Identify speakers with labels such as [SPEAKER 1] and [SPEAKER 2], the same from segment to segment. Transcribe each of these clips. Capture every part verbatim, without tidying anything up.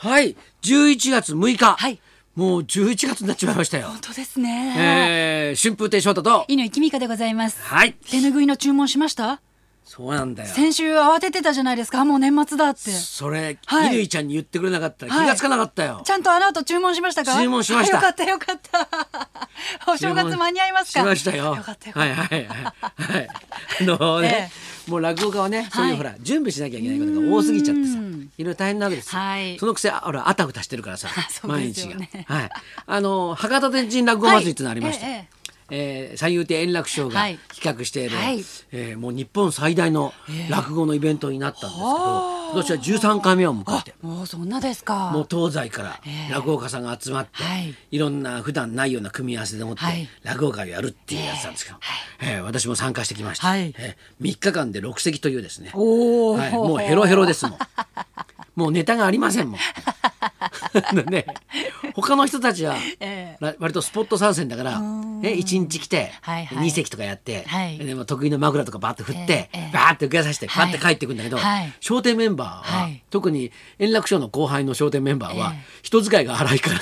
[SPEAKER 1] はい、じゅういちがつむいか、
[SPEAKER 2] はい、
[SPEAKER 1] もうじゅういちがつになっちまいましたよ。
[SPEAKER 2] 本当ですね。
[SPEAKER 1] えー、春風亭昇太と
[SPEAKER 2] 乾きみかでございます。
[SPEAKER 1] はい、
[SPEAKER 2] 手拭いの注文しました？
[SPEAKER 1] そうなんだよ。
[SPEAKER 2] 先週慌ててたじゃないですか。もう年末だって。
[SPEAKER 1] それ、
[SPEAKER 2] はい、
[SPEAKER 1] 乾ちゃんに言ってくれなかったら気がつかなかったよ。
[SPEAKER 2] はい、ちゃんとあの後注文しましたか？
[SPEAKER 1] 注文しました。
[SPEAKER 2] よかったよかった。お正月間に合いますか？
[SPEAKER 1] しましたよ。
[SPEAKER 2] よかったよかった。
[SPEAKER 1] はいはいはいはい。あのね、ええ、もう落語家はね、そういうほら、はい、準備しなきゃいけないことが多すぎちゃってさ、いろいろ大変なわけですよ。はい、そのくせほらあたふたしてるからさ、毎日が。はい。あの博多天神落語祭りってのありました。はい、えええー、三遊亭円楽師匠が企画している、はい、えー、もう日本最大の落語のイベントになったんですけど、えー、今年はじゅうさんかいめを迎えて、
[SPEAKER 2] もうそんなですか。もう
[SPEAKER 1] 東西から落語家さんが集まって、えーはい、いろんな普段ないような組み合わせでもって、はい、落語会をやるっていうやつなんですけど、えーえー、私も参加してきました、はい、えー、みっかかんでろく席というですね、お、はい、もうヘロヘロですもん。もうネタがありませんもん。ね、他の人たちは割とスポット参戦だから、えいちにち来てに席とかやって、でも得意の枕とかバーッと振ってバーッと受けさせてバッと帰ってくるんだけど、笑点メンバーは特に円楽師匠の後輩の笑点メンバーは人使いが荒いから。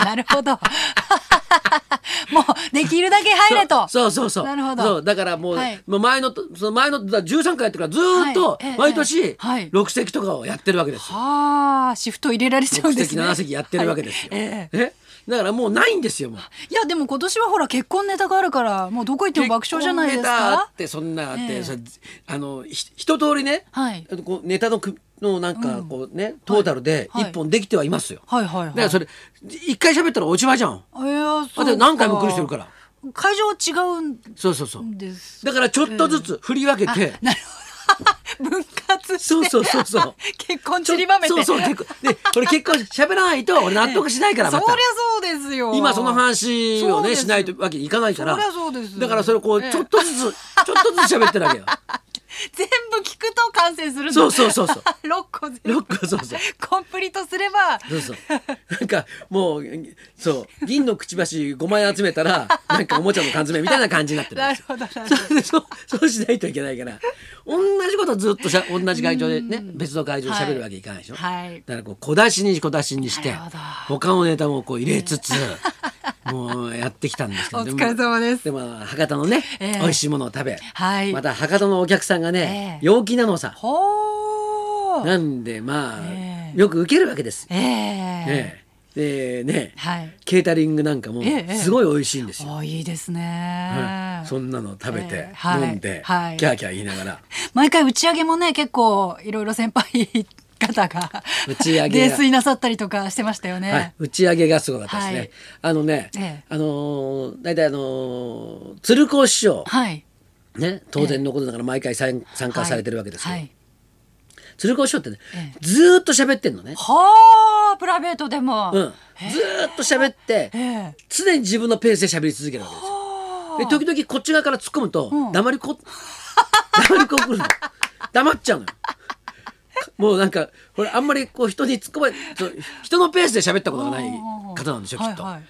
[SPEAKER 2] なるほど。もうできるだけ入れと。
[SPEAKER 1] そうそうそう。なるほど。そうだからもう、はい、もう前のその前のじゅうさんかいやってからずっと毎年ろく席とかをやってるわけですよ。
[SPEAKER 2] はあ、シフト入れられちゃうんですね。ろく席なな席やってるわけですよ。はい、ええ、
[SPEAKER 1] だからもうないんですよもう。
[SPEAKER 2] いやでも今年はほら結婚ネタがあるからもうどこ行っても爆笑じゃないですか。
[SPEAKER 1] 結婚ネタってそんなあって、ええ、それあのひ一通りね、はい、こうネタのくのなんかこうね、うん、トータルで一本できてはいますよ。はいはいはい。だからそれ一回喋ったらおしまいじゃん。いやそうか。あと何回も来る人いるから。
[SPEAKER 2] 会場違うんです。
[SPEAKER 1] そうそうそう。だからちょっとずつ振り分けて。
[SPEAKER 2] なるほど。分割して。
[SPEAKER 1] そうそうそうそう。
[SPEAKER 2] 結婚散りばめて。
[SPEAKER 1] そうそう結婚。で、俺結婚喋らないと俺納得しないからまた。
[SPEAKER 2] そりゃそうですよ。
[SPEAKER 1] 今その話をねしないとわけにいかないから。
[SPEAKER 2] そりゃそうです。
[SPEAKER 1] だからそれをこうちょっとずつちょっとずつ喋ってるわけよ。
[SPEAKER 2] 全部聞くと完成するんだ。
[SPEAKER 1] そうそうそうそう。
[SPEAKER 2] ろっこ全部。
[SPEAKER 1] ろっこそうそう。
[SPEAKER 2] コンプリートすれば。
[SPEAKER 1] そうそう。なんかもうそう銀のくちばしごまい集めたらなんかおもちゃの缶詰みたいな感じになってる。
[SPEAKER 2] なるほどなるほ
[SPEAKER 1] ど。そうそうしないといけないから。同じことずっとしゃ同じ会場でね別の会場で喋るわけいかないでしょ。はい。だからこう小出しに小出しにして他のネタもこう入れつつ。もうやってきたんですけど、
[SPEAKER 2] お疲れ様です。
[SPEAKER 1] でも博多のね、えー、美味しいものを食べ、はい、また博多のお客さんがね、えー、陽気なのさ。ほー。なんでまあ、えー、よく受けるわけです。えーえー、でね、はい、ケータリングなんかもすごい美味しいんですよ。えーえー、
[SPEAKER 2] いいですね、
[SPEAKER 1] はい、そんなの食べて、えー、飲んで、はい、キャーキャー言いながら
[SPEAKER 2] 毎回打ち上げもね結構いろいろ先輩方が打ち上げ泥酔なさったりとかしてましたよね。
[SPEAKER 1] はい、打ち上げがすごかったですね。はい、あのね、ええ、あのー、だいたいあのー、鶴光師匠、はい、ね、当然のことだから毎回参加されてるわけですけど、はいはい、鶴光師匠ってね、ええ、ずーっと喋ってんのね。
[SPEAKER 2] はあ、プライベートでも、うん、
[SPEAKER 1] ずーっと喋って、え、常に自分のペースで喋り続けるわけですよ。で時々こっち側から突っ込むと、うん、黙りこ黙りこくるの黙っちゃうのよ。もうなんかこれあんまりこう人に突っ込まれ人のペースで喋ったことがない方なんでしょきっと。はいはい、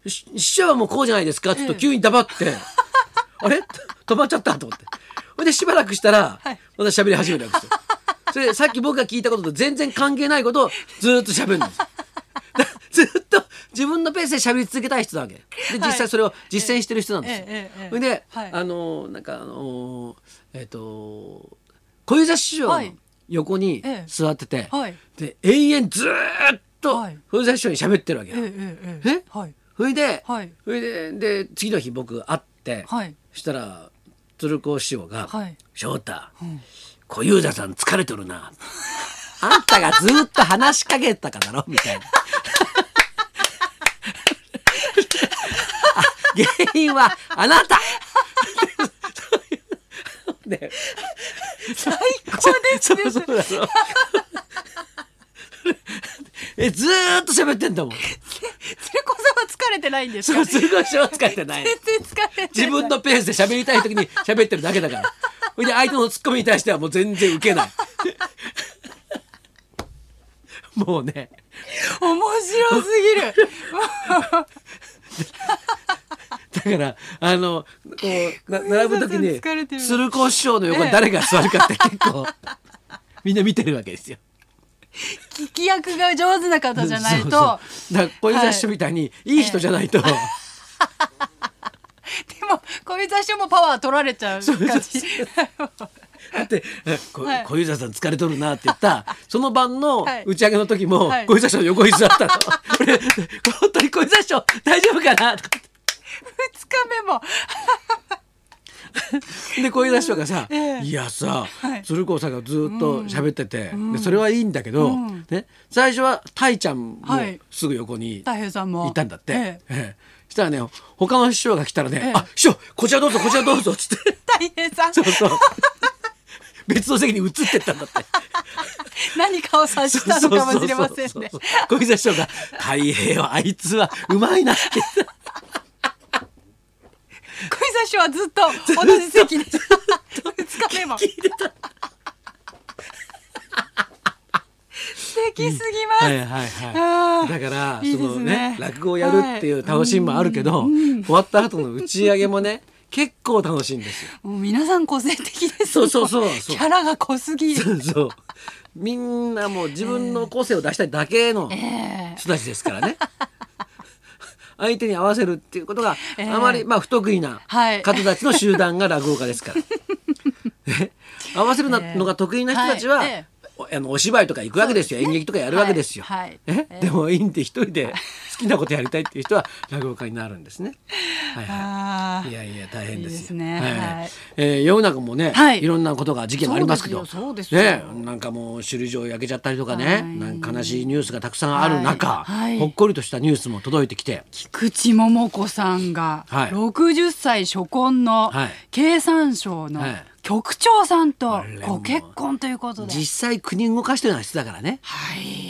[SPEAKER 1] 師匠はもうこうじゃないですかちょっと急に黙って、ええ、あれ止まっちゃったと思ってそれでしばらくしたら、はい、また喋り始めるわけですよ。それでさっき僕が聞いたことと全然関係ないことをずっと喋るんですずっと自分のペースで喋り続けたい人なわけで実際それを実践してる人なんですよ。ええええ、それで、はい、あのなんかあのえっ、ー、と小遊三師匠の、はい、横に座ってて、ええはい、で延々ずーっと小遊三師匠に喋ってるわけよ。ええええ、はい、それで、はい、それで、で次の日僕会って、はい、そしたら鶴光師匠が「はい、翔太、うん、小遊三さん疲れとるなあんたがずっと話しかけたかだろ」みたいな原因はあなたね、
[SPEAKER 2] 最高ですね。そうそうそう
[SPEAKER 1] えずーっと喋ってんだもん。
[SPEAKER 2] 鶴子さんは疲れてないんですか？
[SPEAKER 1] 鶴子師匠は疲れてない。
[SPEAKER 2] 全然疲れてない。
[SPEAKER 1] 自分のペースで喋りたい時に喋ってるだけだから。それで相手のツッコミに対してはもう全然ウケない。もうね。
[SPEAKER 2] 面白すぎる。
[SPEAKER 1] だからあのこうな並ぶ時に鶴光師匠の横に誰が座るかって結構みんな見てるわけですよ。
[SPEAKER 2] 聞き役が上手な方じゃないと。そうそう
[SPEAKER 1] だから小遊三師匠みたいにいい人じゃないと、はい、
[SPEAKER 2] でも小遊三師匠もパワー取られちゃう感じ。
[SPEAKER 1] だってはい、小遊三さん疲れとるなって言ったその晩の打ち上げの時も、はい、小遊三師匠の横に座ったの俺本当に小遊三師匠大丈夫かなとか
[SPEAKER 2] ふつかめも
[SPEAKER 1] で小遊三師匠がさ、えー、いやさ、はい、鶴光さんがずっと喋ってて、うん、でそれはいいんだけど、うんね、最初はたいちゃんもすぐ横にいたんだって、はいえーえー、したらね他の師匠が来たらね、えー、あ師匠こちらどうぞこちらどうぞっつって
[SPEAKER 2] たい平さん
[SPEAKER 1] そうそう別の席に移ってったんだって
[SPEAKER 2] 何かを察したのかもしれませんね。
[SPEAKER 1] 小遊三師匠が「たい平はあいつはうまいな」って言って
[SPEAKER 2] 小遊三師匠はずっと同じ席でふつかめも素敵すぎます、
[SPEAKER 1] はいはいはい、だからいい、ね、そのね落語をやるっていう楽しみもあるけど、はい、終わった後の打ち上げもね結構楽しいんですよ。
[SPEAKER 2] もう皆さん個性的です。
[SPEAKER 1] そうそうそうそう。
[SPEAKER 2] キャラが濃すぎ。
[SPEAKER 1] そうそう。みんなもう自分の個性を出したいだけの人たちですからね。えー、相手に合わせるっていうことがあまり、えー、まあ不得意な方たちの集団が落語家ですから。合わせるのが得意な人たちは、えーはいえーあのお芝居とか行くわけですよ、ね、演劇とかやるわけですよ、はいはい、えでもいいんで一人で好きなことやりたいっていう人は落語家になるんですね、はいはい、いやいや大変ですよ。いいですね、はいはいえー、世の中もね、はい、いろんなことが事件がありますけどそうですよ、ね、なんかもう首里城焼けちゃったりとかね、はい、なんか悲しいニュースがたくさんある中、はいはい、ほっこりとしたニュースも届いてきて
[SPEAKER 2] 菊池桃子さんがろくじゅっさい初婚の経産省の、はいはい局長さんとご結婚ということで
[SPEAKER 1] 実際国動かしてるような人だからね、はい、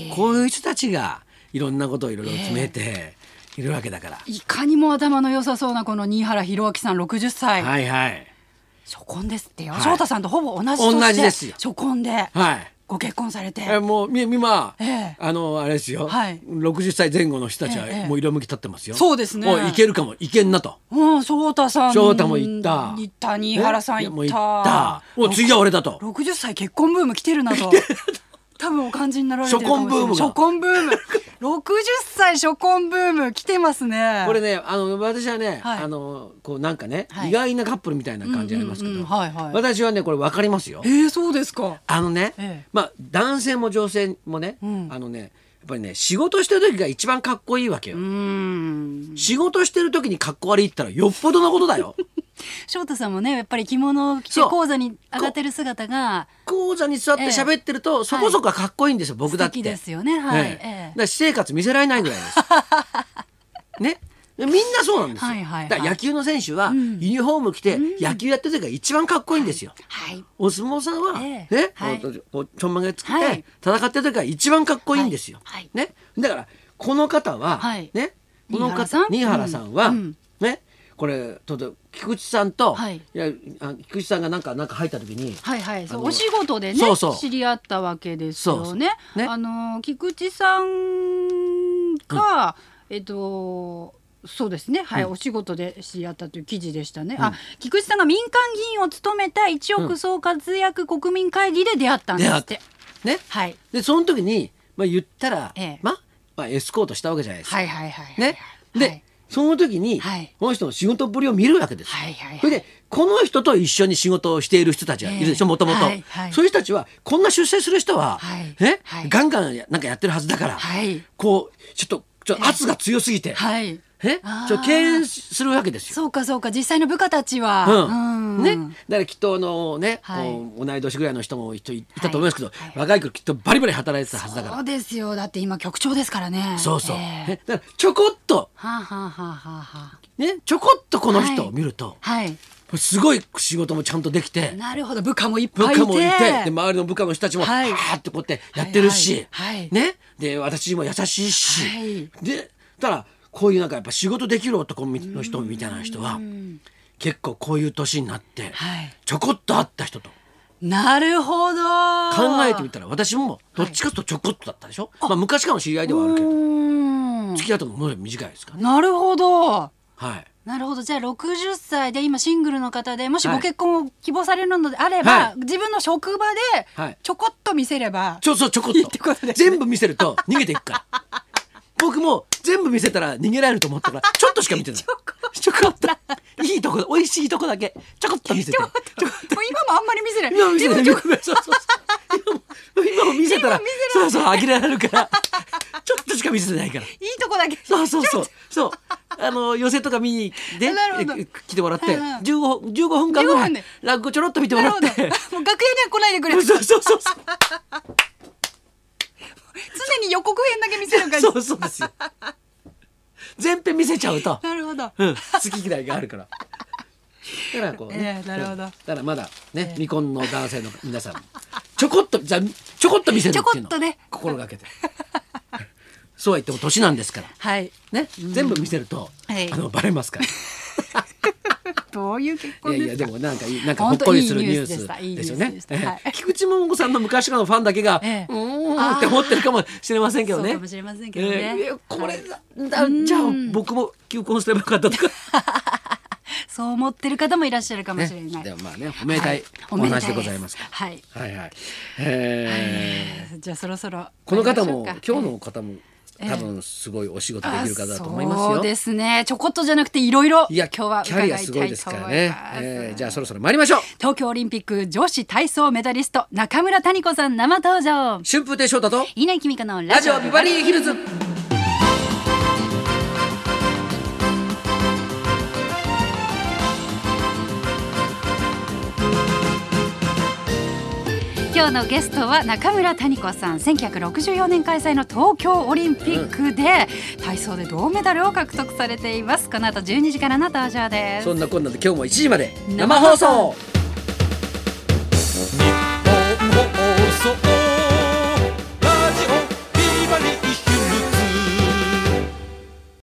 [SPEAKER 1] こういう人たちがいろんなことをいろいろ詰めているわけだから、
[SPEAKER 2] えー、いかにも頭の良さそうなこの新原弘明さんろくじゅっさい、はいはい、初婚ですってよ、はい、翔太さんとほぼ同じ年で初婚で、はいご結婚されて、
[SPEAKER 1] えもう今、ええ、あのあれですよ、はい、ろくじゅっさいぜん後の人たちはもう色向き立ってますよ、ええ、
[SPEAKER 2] そうですね
[SPEAKER 1] もういけるかもいけんなと、
[SPEAKER 2] うん、翔太さん
[SPEAKER 1] 翔太も行った
[SPEAKER 2] 行った新原さん行った、もう行った
[SPEAKER 1] もう次は俺だと
[SPEAKER 2] ろくじゅっさい結婚ブーム来てるなと多分お感じになられてるかもしれない。初婚ブームろくじゅっさい初婚ブーム来てますね。
[SPEAKER 1] これねあの私はね、はい、あのこうなんかね、はい、意外なカップルみたいな感じありますけど、私はねこれ分かりますよ。
[SPEAKER 2] えー、そうですか。
[SPEAKER 1] あのね、ええ、まあ男性も女性もね、うん、あのねやっぱりね仕事してる時が一番かっこいいわけよ。うーん仕事してる時にかっこ悪いって言ったらよっぽどのことだよ。
[SPEAKER 2] 翔太さんもねやっぱり着物を着て講座に上がってる姿が
[SPEAKER 1] 講座に座って喋ってると、ええ、そこそこかっこいいんですよ、はい、僕だって。素敵ですよね、はい、ええ、だから私生活見せられないぐらいですね。みんなそうなんですよ、はいはいはい、だから野球の選手はユニフォーム着て野球やってる時が一番かっこいいんですよ、はいはい、お相撲さんは、ええねはい、こうちょんまげつけて戦ってる時が一番かっこいいんですよ、はいはいね、だからこの方は、はい、ねこの方新原さんは、うんねこれと菊池さんと、はい、いや菊池さんがなんかなんか入った時に、
[SPEAKER 2] はいはい、そうお仕事でねそうそう知り合ったわけですよね。そうそうねあの菊池さんが、うん、えっとそうですね、はい、うん、お仕事で知り合ったという記事でしたね、うん、あ菊池さんが民間議員を務めた一億総活躍国民会議で出会ったんですって、
[SPEAKER 1] うん、ね、はい、でその時に、まあ、言ったら、ええままあ、エスコートしたわけじゃないですか。はいはいはい、はい、ね、で、はいその時に、はい、この人の仕事ぶりを見るわけです、はいはいはい、それでこの人と一緒に仕事をしている人たちがいるでしょもともと。そういう人たちはこんな出世する人は、はいねはい、ガンガンなんかやってるはずだから、はい、こうちょっとちょっと圧が強すぎて、はいえちょ敬遠するわけですよ。
[SPEAKER 2] そうかそうか実際の部下たちは、
[SPEAKER 1] うんうんね、だからきっとあの、ねはい、同い年ぐらいの人もいたと思いますけど、はいはい、若い頃きっとバリバリ働いてたはずだから。
[SPEAKER 2] そうですよだって今局長ですからね。
[SPEAKER 1] そうそう、えー、だからちょこっと、はあはあはあはあね、ちょこっとこの人を見ると、はいはい、すごい仕事もちゃんとできて
[SPEAKER 2] なるほど部下もいっぱいいて
[SPEAKER 1] 部下もいてで周りの部下の人たちも、はい、はーってこうやってやってるし、はいはいね、で私も優しいし、はい、でただこういうなんかやっぱ仕事できる男の人みたいな人は結構こういう年になってちょこっと会った人と、
[SPEAKER 2] なるほど
[SPEAKER 1] 考えてみたら私もどっちかというとちょこっとだったでしょ、はいまあ、昔からの知り合いではあるけど付き合ったのも短いですから、ね、
[SPEAKER 2] なるほど、
[SPEAKER 1] はい
[SPEAKER 2] なるほど。じゃあろくじゅっさいで今シングルの方でもしご結婚を希望されるのであれば、はい、自分の職場でちょこっと見せれば、はい、
[SPEAKER 1] そうそうちょこっといいってことですね。全部見せると逃げていくから僕も全部見せたら逃げられると思ったからちょっとしか見てない。ちょこっといいとこ美味しいとこだけちょこっと見せて。
[SPEAKER 2] ちょこっともう今もあんまり見せない。
[SPEAKER 1] 今も見せない。そうそうそう今も見せたらそうそう呆れられるからちょっとしか見せてないから。い
[SPEAKER 2] いとこだけ。
[SPEAKER 1] そうそうそうそう。あの寄席とか見にで来てもらってじゅうごふんかんぐらい落語ちょろっと見てもらってもう楽屋には
[SPEAKER 2] 来ないでくれ。
[SPEAKER 1] そうそうそうそう
[SPEAKER 2] 常に予告編だけ見せる感じ。
[SPEAKER 1] そうそうですよ。全編見せちゃうと
[SPEAKER 2] なるほど、
[SPEAKER 1] うん、好き嫌いがあるから。だからこうね、
[SPEAKER 2] えー、なるほど。
[SPEAKER 1] だからまだね、えー、未婚の男性の皆さんちょこっとじゃちょこっと見せるっていうのを心がけてそうは言っても年なんですから、
[SPEAKER 2] はい
[SPEAKER 1] ね、全部見せると、はい、あのバレますから
[SPEAKER 2] どういう結婚ですか。
[SPEAKER 1] いやいやでもなんかなんかほっこりするニュースですよね。菊池桃子さんの昔からのファンだけが、ええ、うーんって思ってるかもしれませんけどね。
[SPEAKER 2] そうかもしれませんけどね。
[SPEAKER 1] えー、これだ、はい、じゃあ僕も求婚すればよかったとか
[SPEAKER 2] そう思ってる方もいらっしゃるかもしれない。
[SPEAKER 1] ね、でもまあねおめでたいお話でございますから。
[SPEAKER 2] はい、
[SPEAKER 1] はいはい。えー、
[SPEAKER 2] じゃあそろそろ
[SPEAKER 1] この方も今日の方も多分すごいお仕事できる方だと思いますよ。
[SPEAKER 2] そうですね。ちょこっとじゃなくていろいろ
[SPEAKER 1] 今日は伺いたいと思います。キャリアすごいですからね。えー、じゃあそろそろ参りましょう。
[SPEAKER 2] 東京オリンピック女子体操メダリスト中村谷子さん生登場。
[SPEAKER 1] 春風亭昇太と
[SPEAKER 2] 稲井君香の
[SPEAKER 1] ラジオビバリーヒルズ。
[SPEAKER 2] 今日のゲストは中村谷子さん。せんきゅうひゃくろくじゅうよねん開催の東京オリンピックで体操で銅メダルを獲得されています。この後じゅうにじからの登場です。
[SPEAKER 1] そんなこんなで今日もいちじまで生放送。日本放送